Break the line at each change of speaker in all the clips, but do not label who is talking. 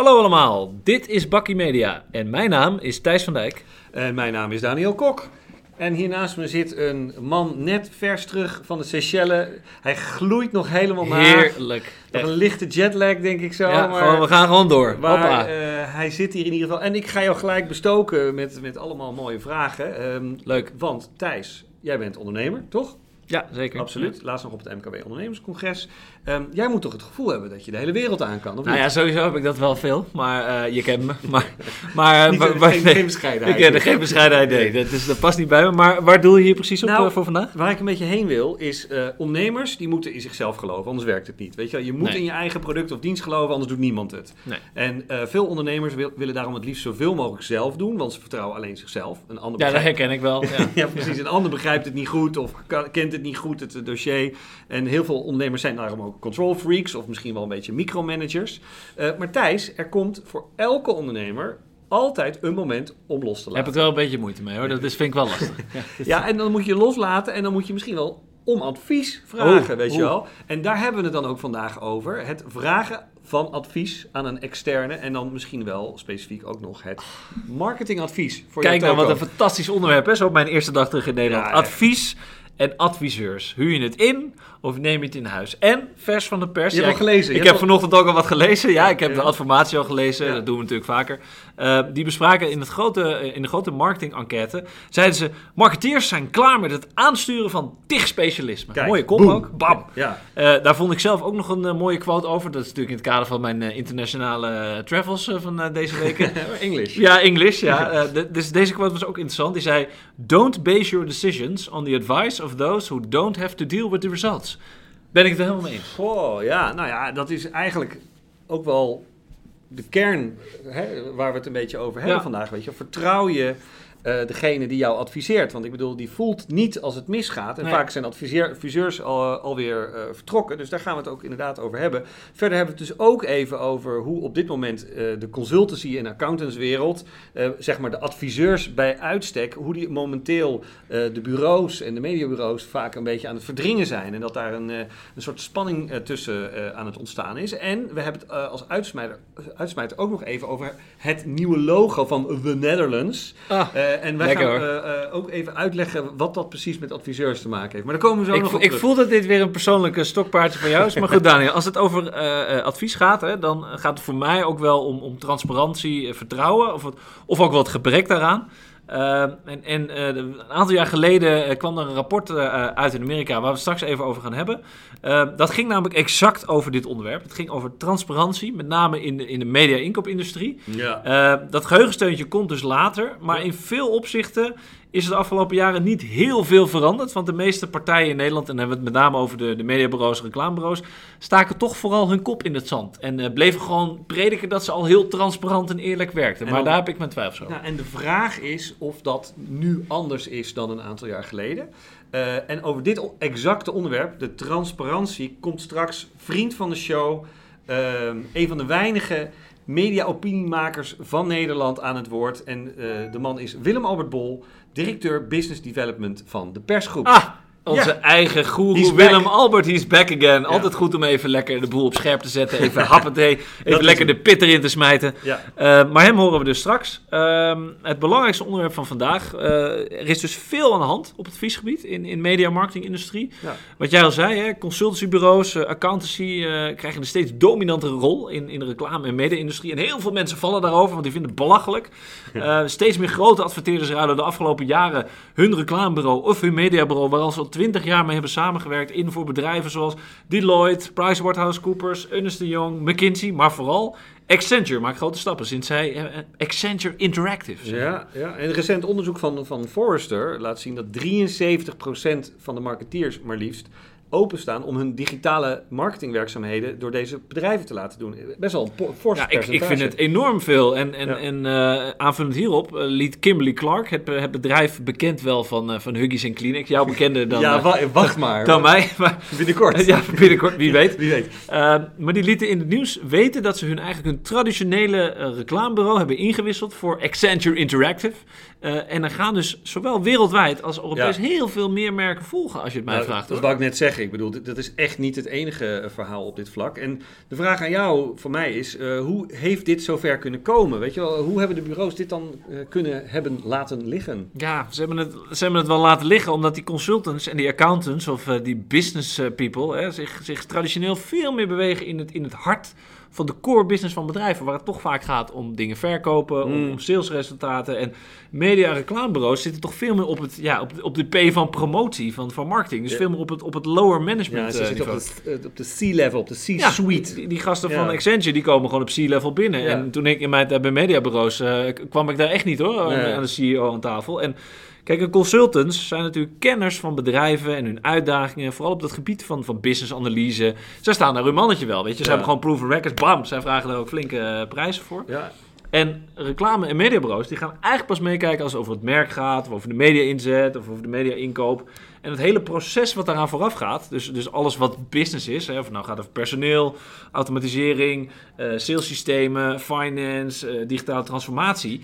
Hallo allemaal, dit is Bakkie Media en mijn naam is Thijs van Dijk.
En mijn naam is Daniel Kok. En hier naast me zit een man net vers terug van de Seychelles. Hij gloeit nog helemaal naar.
Heerlijk.
Nog een lichte jetlag, denk ik zo.
Ja,
maar,
we gaan gewoon door.
Maar hij zit hier in ieder geval. En ik ga jou gelijk bestoken met allemaal mooie vragen.
Leuk.
Want Thijs, jij bent ondernemer, toch?
Ja, zeker.
Absoluut. Laatst nog op het MKB Ondernemerscongres. Jij moet toch het gevoel hebben dat je de hele wereld aan kan, of
Nou
niet?
ja, sowieso heb ik dat wel veel, maar je kent me.
Geen bescheidenheid.
Ik heb geen bescheidenheid, nee. Dat past niet bij me. Maar waar doel je hier precies op voor vandaag?
Waar ik een beetje heen wil, is ondernemers die moeten in zichzelf geloven, anders werkt het niet. Weet je, je moet in je eigen product of dienst geloven, anders doet niemand het.
Nee.
En veel ondernemers willen daarom het liefst zoveel mogelijk zelf doen, want ze vertrouwen alleen zichzelf. Een ander
Ja, dat herken ik wel. Ja,
ja precies. Een ander begrijpt het niet goed of kent het niet goed, het dossier. En heel veel ondernemers zijn daarom ook control freaks of misschien wel een beetje micromanagers. Maar Thijs, er komt voor elke ondernemer altijd een moment om los te laten.
Heb ik wel een beetje moeite mee hoor, dat vind ik wel lastig.
Ja, en dan moet je loslaten en dan moet je misschien wel om advies vragen, weet je wel. En daar hebben we het dan ook vandaag over. Het vragen van advies aan een externe en dan misschien wel specifiek ook nog het marketingadvies. Voor
Kijk nou, wat een fantastisch onderwerp hè, zo op mijn eerste dag terug in Nederland.
Ja,
advies en adviseurs. Huur je het in of neem je het in huis? En vers van de pers.
Je hebt al gelezen.
Ik heb vanochtend ook al wat gelezen. Ja, ik heb de adformatie al gelezen.
Ja.
Dat doen we natuurlijk vaker. Die bespraken in de grote marketing-enquête. Zeiden ze, marketeers zijn klaar met het aansturen van tig specialismen.
Kijk,
mooie kop
boom.
ook. Bam.
Ja.
Daar vond ik zelf ook nog een mooie quote over. Dat is natuurlijk in het kader van mijn internationale travels van deze weken.
English.
Ja, English, ja. Dus deze quote was ook interessant. Die zei, don't base your decisions on the advice of those who don't have to deal with the results. Ben ik het er helemaal mee eens.
Oh, ja, nou ja, dat is eigenlijk ook wel de kern waar we het een beetje over hebben vandaag. Weet je. Vertrouw je degene die jou adviseert? Want ik bedoel, die voelt niet als het misgaat. En vaak zijn adviseurs alweer vertrokken. Dus daar gaan we het ook inderdaad over hebben. Verder hebben we het dus ook even over hoe op dit moment de consultancy- en accountantswereld, zeg maar de adviseurs bij uitstek, hoe die momenteel de bureaus en de mediabureaus vaak een beetje aan het verdringen zijn. En dat daar een soort spanning tussen aan het ontstaan is. En we hebben het als uitsmijter ook nog even over het nieuwe logo van The Netherlands. En wij gaan ook even uitleggen wat dat precies met adviseurs te maken heeft. Maar daar komen we zo nog op terug.
Ik voel dat dit weer een persoonlijke stokpaardje van jou is. Maar goed, Daniel, als het over advies gaat, hè, dan gaat het voor mij ook wel om transparantie, vertrouwen of ook wel het gebrek daaraan. Een aantal jaar geleden kwam er een rapport uit in Amerika waar we het straks even over gaan hebben. Dat ging namelijk exact over dit onderwerp. Het ging over transparantie, met name in de media-inkoopindustrie.
Ja.
Dat geheugensteuntje komt dus later, maar in veel opzichten is het de afgelopen jaren niet heel veel veranderd. Want de meeste partijen in Nederland, en dan hebben we het met name over de mediabureaus en reclamebureaus, staken toch vooral hun kop in het zand. En bleven gewoon prediken dat ze al heel transparant en eerlijk werkten. Maar daar heb ik mijn twijfels over.
Nou, en de vraag is of dat nu anders is dan een aantal jaar geleden. En over dit exacte onderwerp, de transparantie, komt straks vriend van de show, een van de weinige media-opiniemakers van Nederland aan het woord. En de man is Willem Albert Bol, directeur Business Development van de Persgroep.
Onze eigen goeroe Willem Albert, he's back again. Altijd goed om even lekker de boel op scherp te zetten. Even happatee, even lekker de pit erin te smijten. Ja. Maar hem horen we dus straks. Het belangrijkste onderwerp van vandaag. Er is dus veel aan de hand op het adviesgebied in media marketing industrie. Ja. Wat jij al zei, hè, consultancybureaus, accountancy krijgen een steeds dominantere rol in de reclame- en media-industrie. En heel veel mensen vallen daarover, want die vinden het belachelijk. Steeds meer grote adverteerders ruilen de afgelopen jaren hun reclamebureau of hun mediabureau, waar al 20 jaar mee hebben samengewerkt in voor bedrijven zoals Deloitte, PricewaterhouseCoopers, Ernst & Young, McKinsey, maar vooral Accenture maakt grote stappen sinds zij Accenture Interactive.
Ja, en een recent onderzoek van Forrester laat zien dat 73% van de marketeers maar liefst openstaan om hun digitale marketingwerkzaamheden door deze bedrijven te laten doen. Best wel een fors percentage.
Ik vind het enorm veel. En aanvullend hierop liet Kimberly Clark, het bedrijf bekend wel van Huggies en Kleenex, jou bekender dan...
Ja, wacht maar.
Dan mij. Maar,
binnenkort.
Ja, binnenkort, wie weet.
Wie weet.
Maar die lieten in het nieuws weten dat ze hun traditionele reclamebureau hebben ingewisseld voor Accenture Interactive. En er gaan dus zowel wereldwijd als Europees heel veel meer merken volgen, als je het mij vraagt.
Dat wou ik net zeggen. Ik bedoel, dat is echt niet het enige verhaal op dit vlak. En de vraag aan jou, voor mij, is hoe heeft dit zover kunnen komen? Weet je wel, hoe hebben de bureaus dit dan kunnen hebben laten liggen?
Ja, ze hebben het wel laten liggen, omdat die consultants en die accountants of die business people zich traditioneel veel meer bewegen in het hart van de core business van bedrijven, waar het toch vaak gaat om dingen verkopen, om salesresultaten. En media- en reclamebureaus zitten toch veel meer op de P van promotie, van marketing. Dus veel meer op het lower management
ze
niveau.
zitten op de C-level, op de C-suite.
Die gasten van Accenture, die komen gewoon op C-level binnen. Ja. En toen ik in mijn tijd bij mediabureaus kwam ik daar echt niet hoor, aan de CEO aan tafel. En kijk, consultants zijn natuurlijk kenners van bedrijven en hun uitdagingen, vooral op dat gebied van business-analyse. Zij staan daar hun mannetje wel, weet je. Ze hebben gewoon proven records, bam, zij vragen daar ook flinke prijzen voor. Ja. En reclame- en mediabureaus, die gaan eigenlijk pas meekijken als het over het merk gaat, of over de media-inzet, of over de media-inkoop. En het hele proces wat daaraan vooraf gaat, dus alles wat business is, of het nou gaat over personeel, automatisering, salessystemen, finance, digitale transformatie,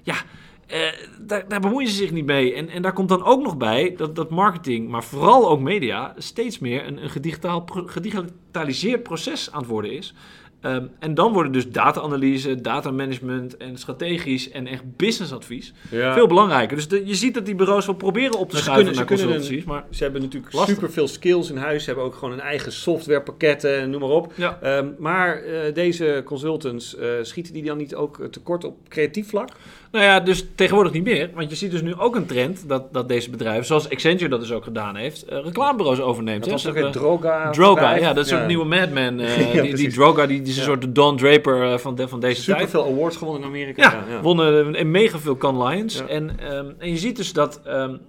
daar bemoeien ze zich niet mee. En daar komt dan ook nog bij dat marketing, maar vooral ook media, steeds meer een gedigitaliseerd proces aan het worden is. En dan worden dus data-analyse, data-management en strategisch en echt businessadvies veel belangrijker. Dus je ziet dat die bureaus wel proberen op te schuiven naar consultancies. Maar
ze hebben natuurlijk superveel skills in huis. Ze hebben ook gewoon een eigen softwarepakketten en noem maar op. Ja. Maar deze consultants, schieten die dan niet ook tekort op creatief vlak?
Nou ja, dus tegenwoordig niet meer. Want je ziet dus nu ook een trend dat deze bedrijven, zoals Accenture dat dus ook gedaan heeft, reclamebureaus overneemt.
Dat was ook Droga.
Droga, ja, dat is een nieuwe Mad Men. Die Droga, die is een soort de Don Draper van deze tijd.
Superveel awards gewonnen in Amerika.
Ja, wonnen en mega veel Cannes Lions. Ja. En je ziet dus dat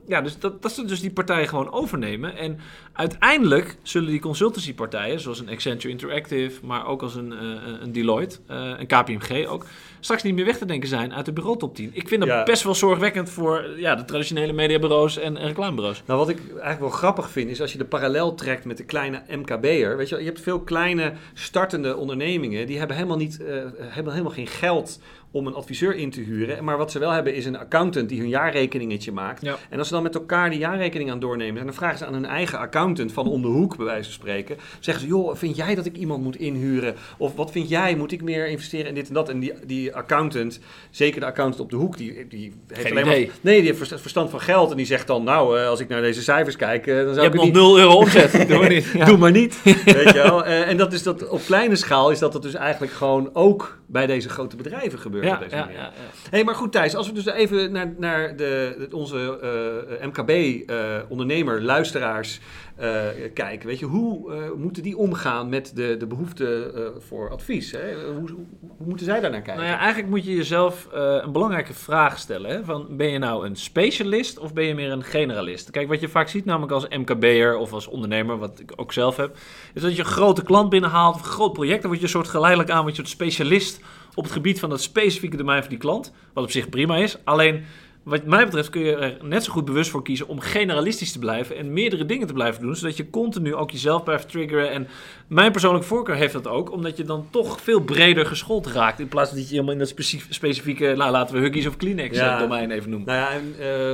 ze dus die partijen gewoon overnemen. En uiteindelijk zullen die consultancypartijen, zoals een Accenture Interactive, maar ook als een Deloitte, een KPMG ook, straks niet meer weg te denken zijn uit de bureautop 10. Ik vind dat best wel zorgwekkend voor de traditionele mediabureaus en reclamebureaus.
Nou, wat ik eigenlijk wel grappig vind, is als je de parallel trekt met de kleine MKB'er. Weet je hebt veel kleine startende ondernemingen, die hebben helemaal geen geld om een adviseur in te huren. Maar wat ze wel hebben is een accountant die hun jaarrekeningetje maakt. Ja. En als ze dan met elkaar die jaarrekening aan doornemen, en dan vragen ze aan hun eigen accountant van om de hoek, bij wijze van spreken, zeggen ze, joh, vind jij dat ik iemand moet inhuren? Of wat vind jij? Moet ik meer investeren in dit en dat? En die accountant, zeker de accountant op de hoek, die heeft alleen maar... Nee, die heeft verstand van geld en die zegt dan, als ik naar deze cijfers kijk, dan zou
je hebt nog 0 euro omzet. Doe maar niet.
Ja. Doe maar niet. Weet je wel? En dat is dat op kleine schaal is dat dus eigenlijk gewoon ook bij deze grote bedrijven gebeurt. Ja. Hey, maar goed Thijs, als we dus even naar onze MKB-ondernemer, luisteraars kijken. Weet je, hoe moeten die omgaan met de behoefte voor advies? Hè? Hoe moeten zij daar naar kijken?
Nou ja, eigenlijk moet je jezelf een belangrijke vraag stellen. Hè? Van, ben je nou een specialist of ben je meer een generalist? Kijk, wat je vaak ziet namelijk als MKB'er of als ondernemer, wat ik ook zelf heb, is dat je een grote klant binnenhaalt of een groot project. Dan word je een soort geleidelijk aan, word je een soort specialist op het gebied van dat specifieke domein van die klant. Wat op zich prima is. Alleen, wat mij betreft kun je er net zo goed bewust voor kiezen om generalistisch te blijven en meerdere dingen te blijven doen, zodat je continu ook jezelf blijft triggeren. En mijn persoonlijke voorkeur heeft dat ook, omdat je dan toch veel breder geschoold raakt, in plaats van dat je helemaal in dat specifieke, laten we Huggies of Kleenex domein even noemen.
Nou ja, en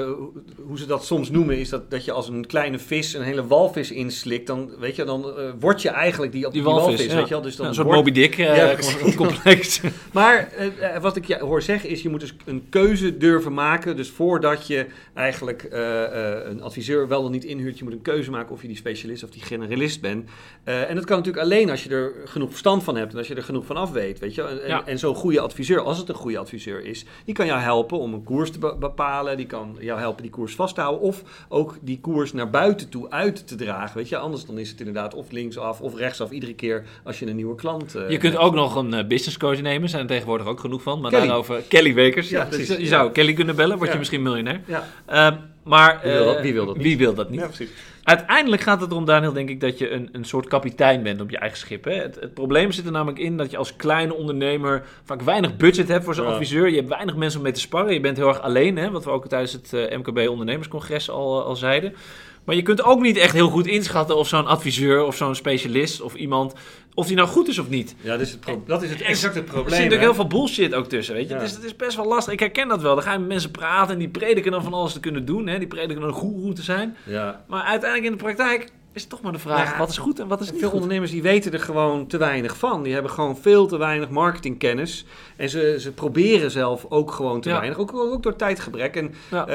hoe ze dat soms noemen is dat je als een kleine vis een hele walvis inslikt, dan weet je, dan word je eigenlijk die walvis, weet je wel. Dus dan
een soort Moby Dick complex.
Maar wat ik hoor zeggen is, je moet dus een keuze durven maken. Dus voordat je eigenlijk een adviseur wel of niet inhuurt, je moet een keuze maken of je die specialist of die generalist bent. En dat kan natuurlijk alleen als je er genoeg verstand van hebt en als je er genoeg van af weet, weet je. En zo'n goede adviseur, als het een goede adviseur is, die kan jou helpen om een koers te bepalen, die kan jou helpen die koers vast te houden of ook die koers naar buiten toe uit te dragen, weet je. Anders dan is het inderdaad of linksaf of rechtsaf iedere keer als je een nieuwe klant
je kunt ook nog een business coach nemen, zijn er tegenwoordig ook genoeg van, maar daarover Kelly Wekers. Ja, dus je zou Kelly kunnen bellen, word je misschien miljonair. Ja. Maar wie wil dat niet? Ja, precies. Uiteindelijk gaat het erom, Daniel, denk ik, dat je een soort kapitein bent op je eigen schip. Hè? Het probleem zit er namelijk in dat je als kleine ondernemer vaak weinig budget hebt voor zo'n adviseur. Je hebt weinig mensen om mee te sparren. Je bent heel erg alleen, hè? Wat we ook tijdens het MKB ondernemerscongres al zeiden. Maar je kunt ook niet echt heel goed inschatten of zo'n adviseur of zo'n specialist of iemand, of die nou goed is of niet.
Ja, dat is het exact het probleem.
Er zit natuurlijk heel veel bullshit ook tussen, weet je. Ja. Dus het is best wel lastig. Ik herken dat wel. Dan ga je met mensen praten en die prediken dan van alles te kunnen doen. Hè? Die prediken dan een goeroe te zijn. Ja. Maar uiteindelijk in de praktijk is het toch maar de vraag, wat is goed en wat is niet
veel
goed?
Ondernemers die weten er gewoon te weinig van. Die hebben gewoon veel te weinig marketingkennis. En ze proberen zelf ook gewoon te weinig. Ook door tijdgebrek. En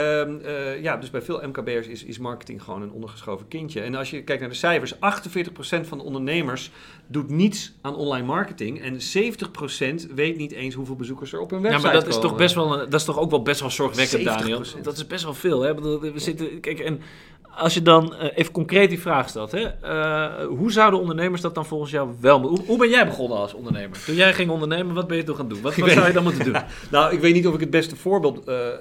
dus bij veel MKB'ers is marketing gewoon een ondergeschoven kindje. En als je kijkt naar de cijfers, 48% van de ondernemers doet niets aan online marketing. En 70% weet niet eens hoeveel bezoekers er op hun website komen.
Ja, maar dat is toch best wel dat is toch ook wel best wel zorgwekkend, Daniel. Dat is best wel veel, hè? We zitten, kijk, en als je dan even concreet die vraag stelt, hè? Hoe zouden ondernemers dat dan volgens jou wel moeten? Hoe ben jij begonnen als ondernemer? Toen jij ging ondernemen, wat ben je toen gaan doen? Wat zou je dan moeten doen?
Nou, ik weet niet of ik het beste voorbeeld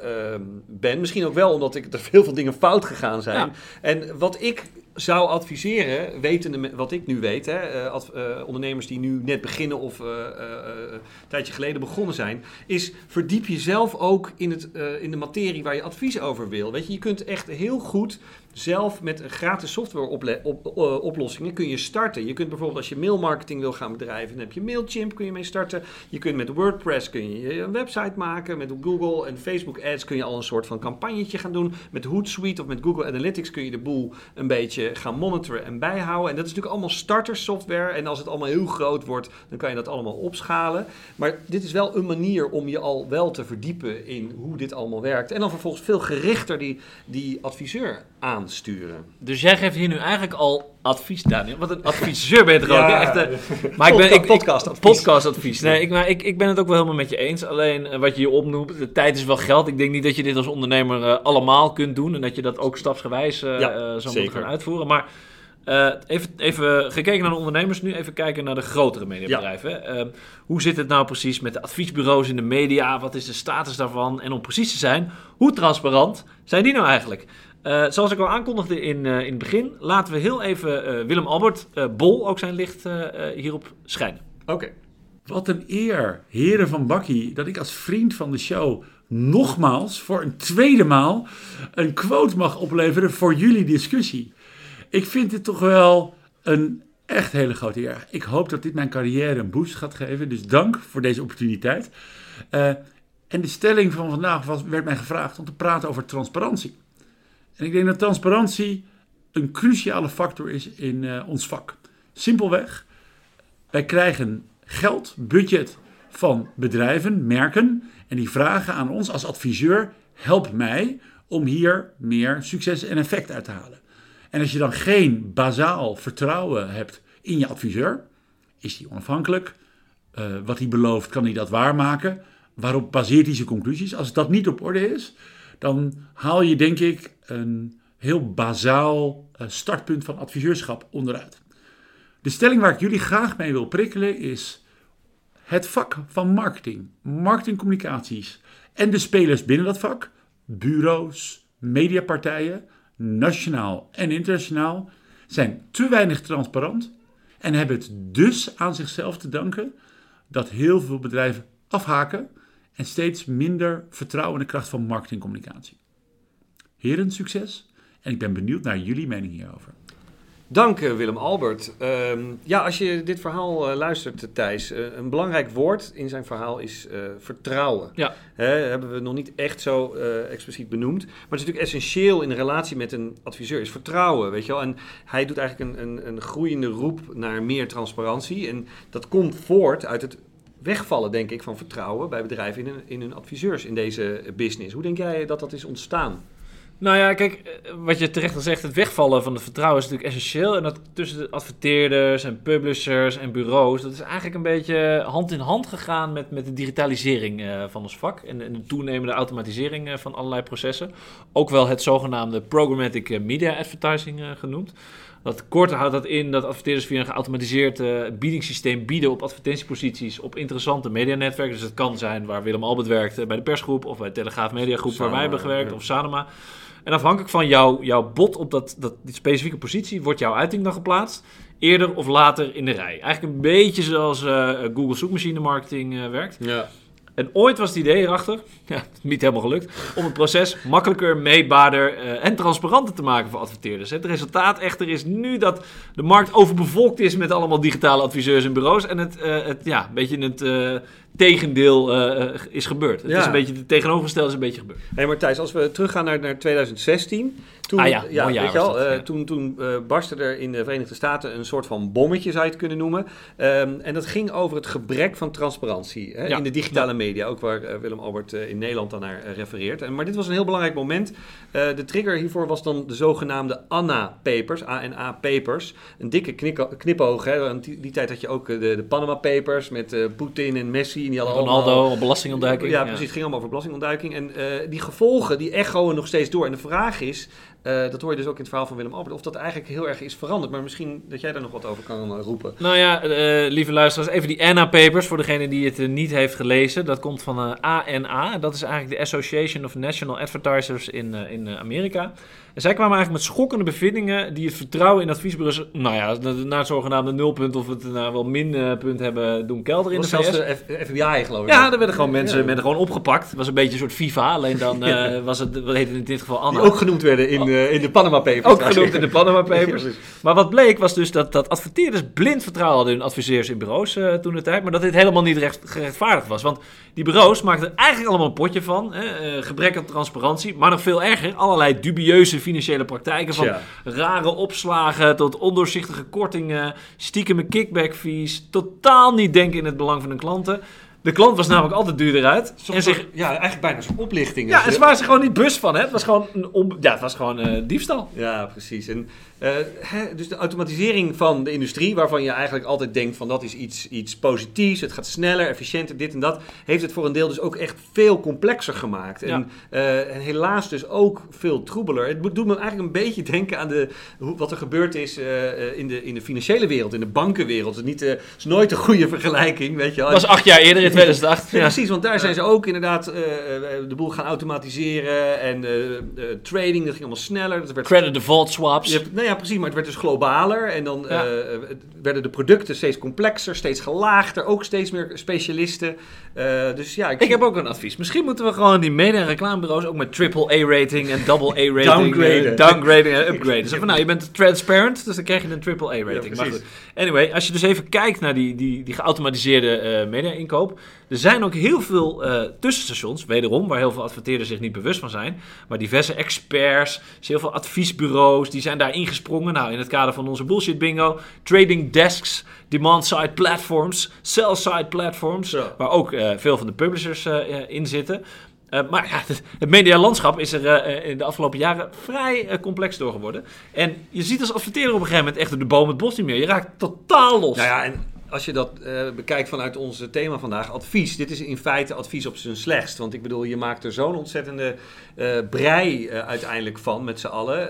ben. Misschien ook wel omdat er heel veel dingen fout gegaan zijn. Ja. En wat ik zou adviseren, wetende wat ik nu weet, ondernemers die nu net beginnen of een tijdje geleden begonnen zijn, is verdiep jezelf ook in de materie waar je advies over wil. Weet je, je kunt echt heel goed zelf met een gratis software oplossingen kun je starten. Je kunt bijvoorbeeld als je mailmarketing wil gaan bedrijven, dan heb je Mailchimp, kun je mee starten. Je kunt met WordPress kun je een website maken. Met Google en Facebook Ads kun je al een soort van campagnetje gaan doen. Met Hootsuite of met Google Analytics kun je de boel een beetje gaan monitoren en bijhouden. En dat is natuurlijk allemaal startersoftware. En als het allemaal heel groot wordt, dan kan je dat allemaal opschalen. Maar dit is wel een manier om je al wel te verdiepen in hoe dit allemaal werkt. En dan vervolgens veel gerichter die adviseur aansturen.
Dus jij geeft hier nu eigenlijk al advies, Daniel. Wat een adviseur ben je toch ook?
Ja.
Maar
podcastadvies.
Podcastadvies. Nee, ik ben het ook wel helemaal met je eens. Alleen wat je hier opnoemt, de tijd is wel geld. Ik denk niet dat je dit als ondernemer allemaal kunt doen. En dat je dat ook stapsgewijs zou moeten gaan uitvoeren. Maar even gekeken naar de ondernemers, nu even kijken naar de grotere mediabedrijven. Ja. Hoe zit het nou precies met de adviesbureaus in de media? Wat is de status daarvan? En om precies te zijn, hoe transparant zijn die nou eigenlijk? Zoals ik al aankondigde in het begin, laten we heel even Willem Albert Bol ook zijn licht hierop schijnen.
Oké.
Wat een eer, heren van Bakkie, dat ik als vriend van de show nogmaals voor een tweede maal een quote mag opleveren voor jullie discussie. Ik vind dit toch wel een echt hele grote eer. Ik hoop dat dit mijn carrière een boost gaat geven, dus dank voor deze opportuniteit. En de stelling van vandaag werd mij gevraagd om te praten over transparantie. En ik denk dat transparantie een cruciale factor is in ons vak. Simpelweg, wij krijgen geld, budget van bedrijven, merken, en die vragen aan ons als adviseur, help mij om hier meer succes en effect uit te halen. En als je dan geen bazaal vertrouwen hebt in je adviseur, is die onafhankelijk, wat hij belooft kan hij dat waarmaken, waarop baseert hij zijn conclusies. Als dat niet op orde is, dan haal je denk ik een heel bazaal startpunt van adviseurschap onderuit. De stelling waar ik jullie graag mee wil prikkelen is het vak van marketing, marketingcommunicaties en de spelers binnen dat vak, bureaus, mediapartijen, nationaal en internationaal, zijn te weinig transparant en hebben het dus aan zichzelf te danken dat heel veel bedrijven afhaken en steeds minder vertrouwen in de kracht van marketingcommunicatie. Heren, succes en ik ben benieuwd naar jullie mening hierover.
Dank Willem Albert. Als je dit verhaal luistert, Thijs, een belangrijk woord in zijn verhaal is vertrouwen. Ja. Hebben we nog niet echt zo expliciet benoemd. Maar het is natuurlijk essentieel in de relatie met een adviseur, is vertrouwen, weet je wel. En hij doet eigenlijk een groeiende roep naar meer transparantie. En dat komt voort uit het wegvallen, denk ik, van vertrouwen bij bedrijven in hun adviseurs in deze business. Hoe denk jij dat is ontstaan?
Nou ja, kijk, wat je terecht al zegt, het wegvallen van het vertrouwen is natuurlijk essentieel. En dat tussen de adverteerders en publishers en bureaus, dat is eigenlijk een beetje hand in hand gegaan met de digitalisering van ons vak. En de toenemende automatisering van allerlei processen. Ook wel het zogenaamde programmatic media advertising genoemd. Dat korter houdt dat in dat adverteerders via een geautomatiseerd biedingssysteem bieden op advertentieposities op interessante medianetwerken. Dus het kan zijn waar Willem Albert werkt bij de persgroep of bij de Telegraaf Mediagroep waar wij hebben gewerkt of Sanoma. En afhankelijk van jouw bod op die specifieke positie wordt jouw uiting dan geplaatst. Eerder of later in de rij. Eigenlijk een beetje zoals Google zoekmachine marketing werkt. Ja. En ooit was het idee erachter, niet helemaal gelukt, om het proces makkelijker, meetbaarder en transparanter te maken voor adverteerders. Het resultaat echter is nu dat de markt overbevolkt is met allemaal digitale adviseurs en bureaus en een beetje het tegendeel is gebeurd. Het is een beetje het tegenovergestelde is een beetje gebeurd.
Hey, maar Thijs, als we teruggaan naar 2016... Toen barstte er in de Verenigde Staten een soort van bommetje, zou je het kunnen noemen. En dat ging over het gebrek van transparantie in de digitale media. Ook waar Willem Albert in Nederland dan naar refereert. Maar dit was een heel belangrijk moment. De trigger hiervoor was dan de zogenaamde ANA Papers. ANA Papers. Een dikke knipoog. Die tijd had je ook de Panama Papers met Poetin en Messi. En die hadden
Ronaldo, belastingontduiking.
Ja, precies. Het ging allemaal over belastingontduiking. En die gevolgen, die echoen nog steeds door. En de vraag is... dat hoor je dus ook in het verhaal van Willem Albert, of dat eigenlijk heel erg is veranderd. Maar misschien dat jij daar nog wat over kan roepen.
Nou ja, lieve luisteraars, even die ANA Papers, voor degene die het niet heeft gelezen. Dat komt van ANA, dat is eigenlijk de Association of National Advertisers in Amerika. En zij kwamen eigenlijk met schokkende bevindingen die het vertrouwen in adviesbureaus, naar het zogenaamde nulpunt of het wel minpunt hebben doen kelderen in de VS.
Zelfs de FBI, geloof ik.
Ja, er werden gewoon mensen werden gewoon opgepakt. Het was een beetje een soort FIFA, alleen dan was het, wat heette in dit geval ANA.
Die ook genoemd werden in de Panama Papers.
Ook genoemd in de Panama Papers. Maar wat bleek was dus dat adverteerders blind vertrouwen hadden in adviseurs in bureaus toen de tijd, maar dat dit helemaal niet gerechtvaardigd was. Want die bureaus maakten er eigenlijk allemaal een potje van. Gebrek aan transparantie, maar nog veel erger, allerlei dubieuze financiële praktijken, van rare opslagen tot ondoorzichtige kortingen, stiekeme kickback fees, totaal niet denken in het belang van hun klanten. De klant was namelijk altijd duurder uit.
Eigenlijk bijna zo'n oplichting.
Ja, en ze waren er gewoon niet bewust van. Hè? Het was gewoon diefstal.
Ja, precies. En dus de automatisering van de industrie, waarvan je eigenlijk altijd denkt van dat is iets positiefs, het gaat sneller, efficiënter, dit en dat, heeft het voor een deel dus ook echt veel complexer gemaakt. En helaas dus ook veel troebeler. Het doet me eigenlijk een beetje denken aan wat er gebeurd is in de financiële wereld, in de bankenwereld. Het is nooit een goede vergelijking, weet je wel.
Dat was 8 jaar eerder in 2008.
Ja, precies, want daar zijn ze ook inderdaad de boel gaan automatiseren en trading, dat ging allemaal sneller.
Credit default swaps.
Precies, maar het werd dus globaler en dan werden de producten steeds complexer, steeds gelaagder, ook steeds meer specialisten. Ik
heb ook een advies. Misschien moeten we gewoon die media- en reclamebureaus ook met AAA-rating en AA-rating downgrading en upgraden. Dus van, je bent transparent, dus dan krijg je een AAA-rating.
Ja,
anyway, als je dus even kijkt naar die geautomatiseerde media-inkoop, er zijn ook heel veel tussenstations, wederom, waar heel veel adverteerders zich niet bewust van zijn, maar diverse experts, heel veel adviesbureaus, die zijn daar ingesprongen. Nou, in het kader van onze bullshit bingo, trading desks, demand-side platforms, sell-side platforms, waar ook veel van de publishers in zitten. Maar het medialandschap is er in de afgelopen jaren vrij complex door geworden. En je ziet als adverteerder op een gegeven moment echt de boom het bos niet meer. Je raakt totaal los.
Nou ja, en als je dat bekijkt vanuit ons thema vandaag, advies. Dit is in feite advies op zijn slechtst. Want ik bedoel, je maakt er zo'n ontzettende brei uiteindelijk van met z'n allen.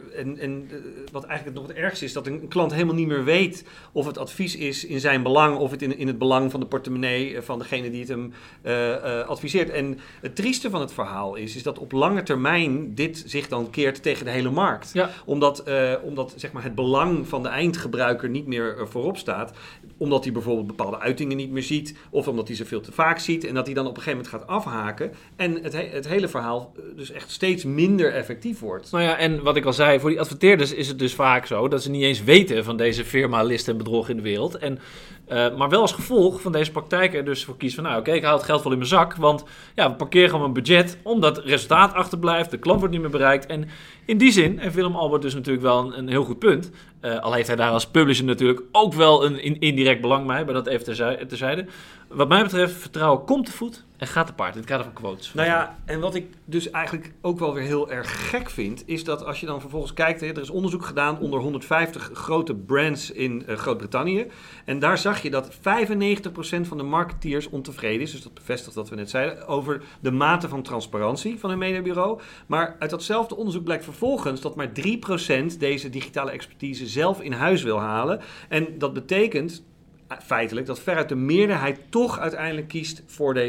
Wat eigenlijk nog het ergste is, dat een klant helemaal niet meer weet of het advies is in zijn belang of het in het belang van de portemonnee van degene die het hem adviseert. En het trieste van het verhaal is dat op lange termijn dit zich dan keert tegen de hele markt. Ja. Omdat zeg maar, het belang van de eindgebruiker niet meer voorop staat. Omdat hij bijvoorbeeld bepaalde uitingen niet meer ziet. Of omdat hij ze veel te vaak ziet. En dat hij dan op een gegeven moment gaat afhaken. En het hele verhaal dus echt steeds minder effectief wordt.
Nou ja, en wat ik al zei, voor die adverteerders is het dus vaak zo dat ze niet eens weten van deze firma-list en bedrog in de wereld. Maar wel als gevolg van deze praktijk er dus voor kiezen van, ik haal het geld wel in mijn zak. Want we parkeren gewoon een budget omdat het resultaat achterblijft. De klant wordt niet meer bereikt. En in die zin heeft Willem Albert dus natuurlijk wel een heel goed punt. Al heeft hij daar als publisher natuurlijk ook wel een indirect belang bij, maar dat even terzijde. Wat mij betreft, vertrouwen komt te voet en gaat te paard in het kader van quotes.
Nou ja, en wat ik dus eigenlijk ook wel weer heel erg gek vind, is dat als je dan vervolgens kijkt, er is onderzoek gedaan onder 150 grote brands in Groot-Brittannië. En daar zag je dat 95% van de marketeers ontevreden is, dus dat bevestigt wat we net zeiden, over de mate van transparantie van hun mediabureau. Maar uit datzelfde onderzoek blijkt vervolgens dat maar 3% deze digitale expertise zelf in huis wil halen. En dat betekent feitelijk dat veruit de meerderheid toch uiteindelijk kiest voor deze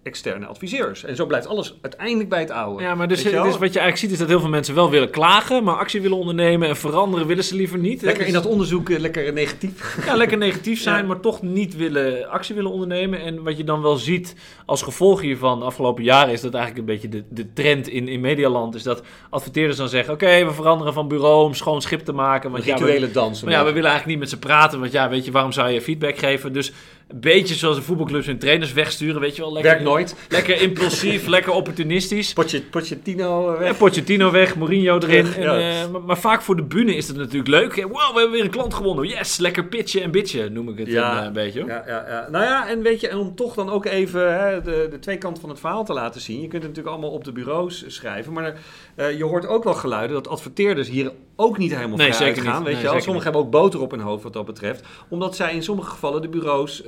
externe adviseurs. En zo blijft alles uiteindelijk bij het oude.
Ja, maar dus wat je eigenlijk ziet is dat heel veel mensen wel willen klagen, maar actie willen ondernemen en veranderen willen ze liever niet.
Lekker in dat onderzoek, lekker negatief.
Ja, lekker negatief zijn, maar toch niet actie willen ondernemen. En wat je dan wel ziet als gevolg hiervan de afgelopen jaren is dat eigenlijk een beetje de trend in medialand is dat adverteerders dan zeggen, oké, we veranderen van bureau om schoon schip te maken. Want
rituele dansen.
Maar we willen eigenlijk niet met ze praten, want weet je, waarom zou je feedback geven? Dus een beetje zoals de voetbalclubs hun trainers wegsturen, weet je wel.
Werkt nooit.
Lekker impulsief, lekker opportunistisch.
Pochettino weg.
Ja, Pochettino weg, Mourinho erin. Maar vaak voor de bühne is het natuurlijk leuk. Wow, we hebben weer een klant gewonnen. Yes, lekker pitchen en bitchen, noem ik het een beetje. Hoor.
Ja. Nou ja, en weet je, en om toch dan ook even de twee kanten van het verhaal te laten zien. Je kunt het natuurlijk allemaal op de bureaus schrijven, maar je hoort ook wel geluiden dat adverteerders hier ook niet helemaal vrij uitgaan. Weet je wel? Sommigen hebben ook boter op hun hoofd wat dat betreft. Omdat zij in sommige gevallen de bureaus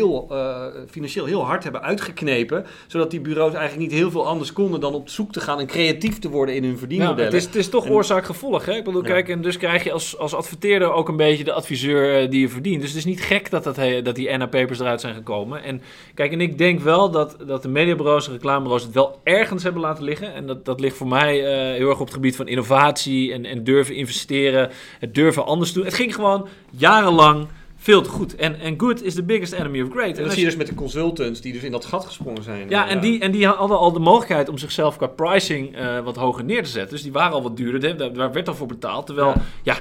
financieel heel hard hebben uitgeknepen. Zodat die bureaus eigenlijk niet heel veel anders konden dan op zoek te gaan en creatief te worden in hun verdienmodellen.
Het is toch oorzaak-gevolg. Hè? Ik bedoel, kijk, en dus krijg je als adverteerder ook een beetje de adviseur die je verdient. Dus het is niet gek dat die NA-papers eruit zijn gekomen. En kijk, en ik denk wel dat de mediabureaus en reclamebureaus het wel ergens hebben laten liggen. En dat ligt voor mij heel erg op het gebied van innovatie en durven investeren, het durven anders doen. Het ging gewoon jarenlang veel te goed. En good is the biggest enemy of great.
En dat zie je dus met de consultants die dus in dat gat gesprongen zijn.
Ja, en die hadden al de mogelijkheid om zichzelf qua pricing wat hoger neer te zetten. Dus die waren al wat duurder. Daar werd al voor betaald. Terwijl,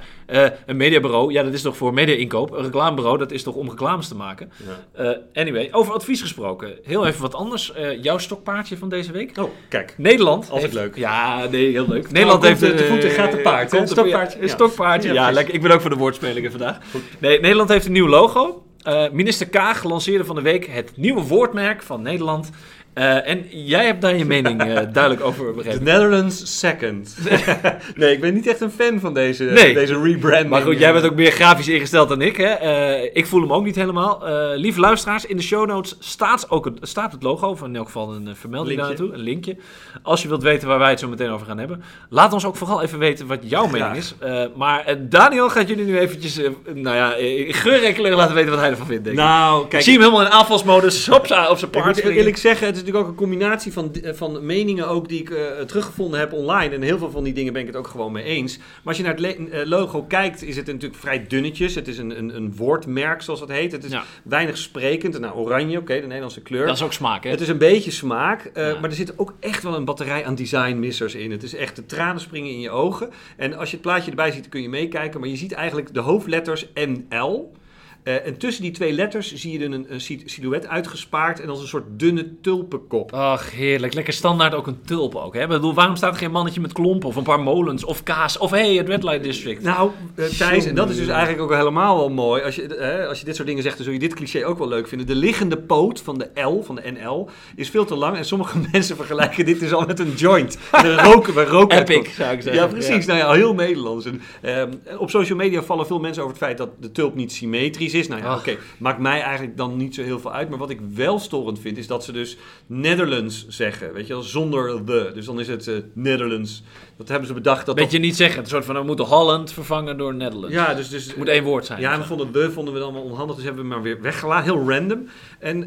een mediabureau, dat is toch voor media-inkoop. Een reclamebureau, dat is toch om reclames te maken. Ja. Anyway, over advies gesproken. Heel even wat anders. Jouw stokpaardje van deze week.
Oh, kijk.
Nederland.
Altijd leuk.
Ja, nee, heel leuk. Nederland heeft
de voeten gaat te paard. Een
stokpaardje. Een stokpaardje. Ja, lekker. Ik ben ook voor de woordspelingen vandaag. Nee, Nederland heeft een nieuw logo. Minister Kaag lanceerde van de week het nieuwe woordmerk van Nederland. En jij hebt daar je mening duidelijk over begrepen.
The Netherlands second. Nee, ik ben niet echt een fan van deze rebranding.
Maar goed, jij bent ook meer grafisch ingesteld dan ik. Hè? Ik voel hem ook niet helemaal. Lieve luisteraars, in de show notes staat het logo. Of in elk geval een vermelding daar naartoe. Een linkje. Als je wilt weten waar wij het zo meteen over gaan hebben. Laat ons ook vooral even weten wat jouw mening is. Maar Daniel gaat jullie nu eventjes geur en kleur laten weten wat hij ervan vindt. Denk ik. Kijk, ik zie hem helemaal in aanvalsmodus op zijn paard.
Ik moet eerlijk zeggen, het is natuurlijk ook een combinatie van meningen ook die ik teruggevonden heb online. En heel veel van die dingen ben ik het ook gewoon mee eens. Maar als je naar het logo kijkt, is het natuurlijk vrij dunnetjes. Het is een woordmerk, zoals dat heet. Het is weinig sprekend. Nou, oranje, oké, de Nederlandse kleur.
Dat is ook smaak, hè?
Het is een beetje smaak. Maar er zit ook echt wel een batterij aan designmissers in. Het is echt, de tranen springen in je ogen. En als je het plaatje erbij ziet, kun je meekijken. Maar je ziet eigenlijk de hoofdletters NL. En tussen die twee letters zie je een silhouet uitgespaard en als een soort dunne tulpenkop.
Ach, heerlijk. Lekker standaard ook een tulp ook. Hè? Ik bedoel, waarom staat er geen mannetje met klompen of een paar molens of kaas of het Red Light District?
Nou, Thijs, en dat is dus eigenlijk ook helemaal wel mooi. Als je dit soort dingen zegt, dan zul je dit cliché ook wel leuk vinden. De liggende poot van de L, van de NL, is veel te lang. En sommige mensen vergelijken dit dus al met een joint. We roken
Epic, zou ik zeggen.
Ja, precies. Ja. Nou ja, heel Nederlands. Op social media vallen veel mensen over het feit dat de tulp niet symmetrisch is. Nou ja, oké. Maakt mij eigenlijk dan niet zo heel veel uit. Maar wat ik wel storend vind, is dat ze dus Netherlands zeggen. Weet je wel, zonder the. Dus dan is het Netherlands. Dat hebben ze bedacht.
Beetje niet zeggen. Een soort van, we moeten Holland vervangen door Netherlands.
Ja, dus
het moet één woord zijn.
Ja, en vonden we dan allemaal onhandig. Dus hebben we maar weer weggelaten. Heel random. En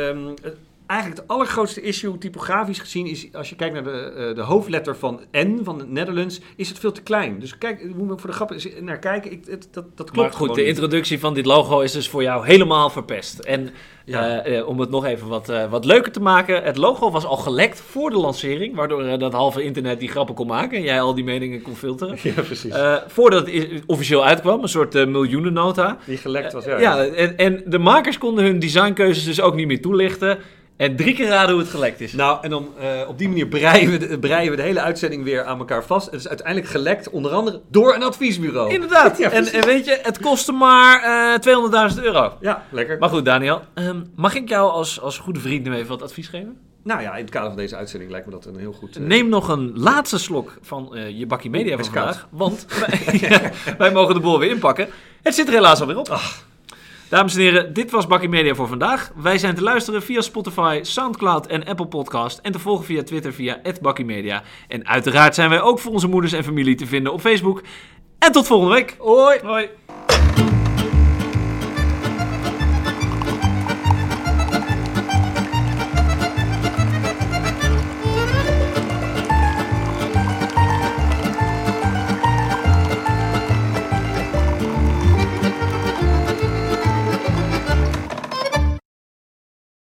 eigenlijk het allergrootste issue typografisch gezien is, als je kijkt naar de hoofdletter van N, van het Netherlands, is het veel te klein. Dus kijk, we moeten voor de grap naar kijken. Dat klopt.
Maar goed, de introductie van dit logo is dus voor jou helemaal verpest. En om het nog even wat leuker te maken, het logo was al gelekt voor de lancering, waardoor dat halve internet die grappen kon maken en jij al die meningen kon filteren.
Ja, precies.
Voordat het officieel uitkwam, een soort miljoenennota.
Die gelekt was,
en de makers konden hun designkeuzes dus ook niet meer toelichten. En 3 keer raden hoe het gelekt is.
Nou, en dan op die manier breien we de hele uitzending weer aan elkaar vast. Het is uiteindelijk gelekt, onder andere door een adviesbureau.
Inderdaad. Ja, en weet je, het kostte maar €200.000.
Ja, lekker.
Maar goed, Daniel. Mag ik jou als goede vriend nu even wat advies geven?
Nou ja, in het kader van deze uitzending lijkt me dat een heel goed...
Neem nog een laatste slok van je bakkie media van vandaag. Want wij mogen de boel weer inpakken. Het zit er helaas alweer op.
Ach.
Dames en heren, dit was Bakkie Media voor vandaag. Wij zijn te luisteren via Spotify, Soundcloud en Apple Podcast. En te volgen via Twitter via @BakkieMedia. En uiteraard zijn wij ook voor onze moeders en familie te vinden op Facebook. En tot volgende week.
Hoi.
Hoi.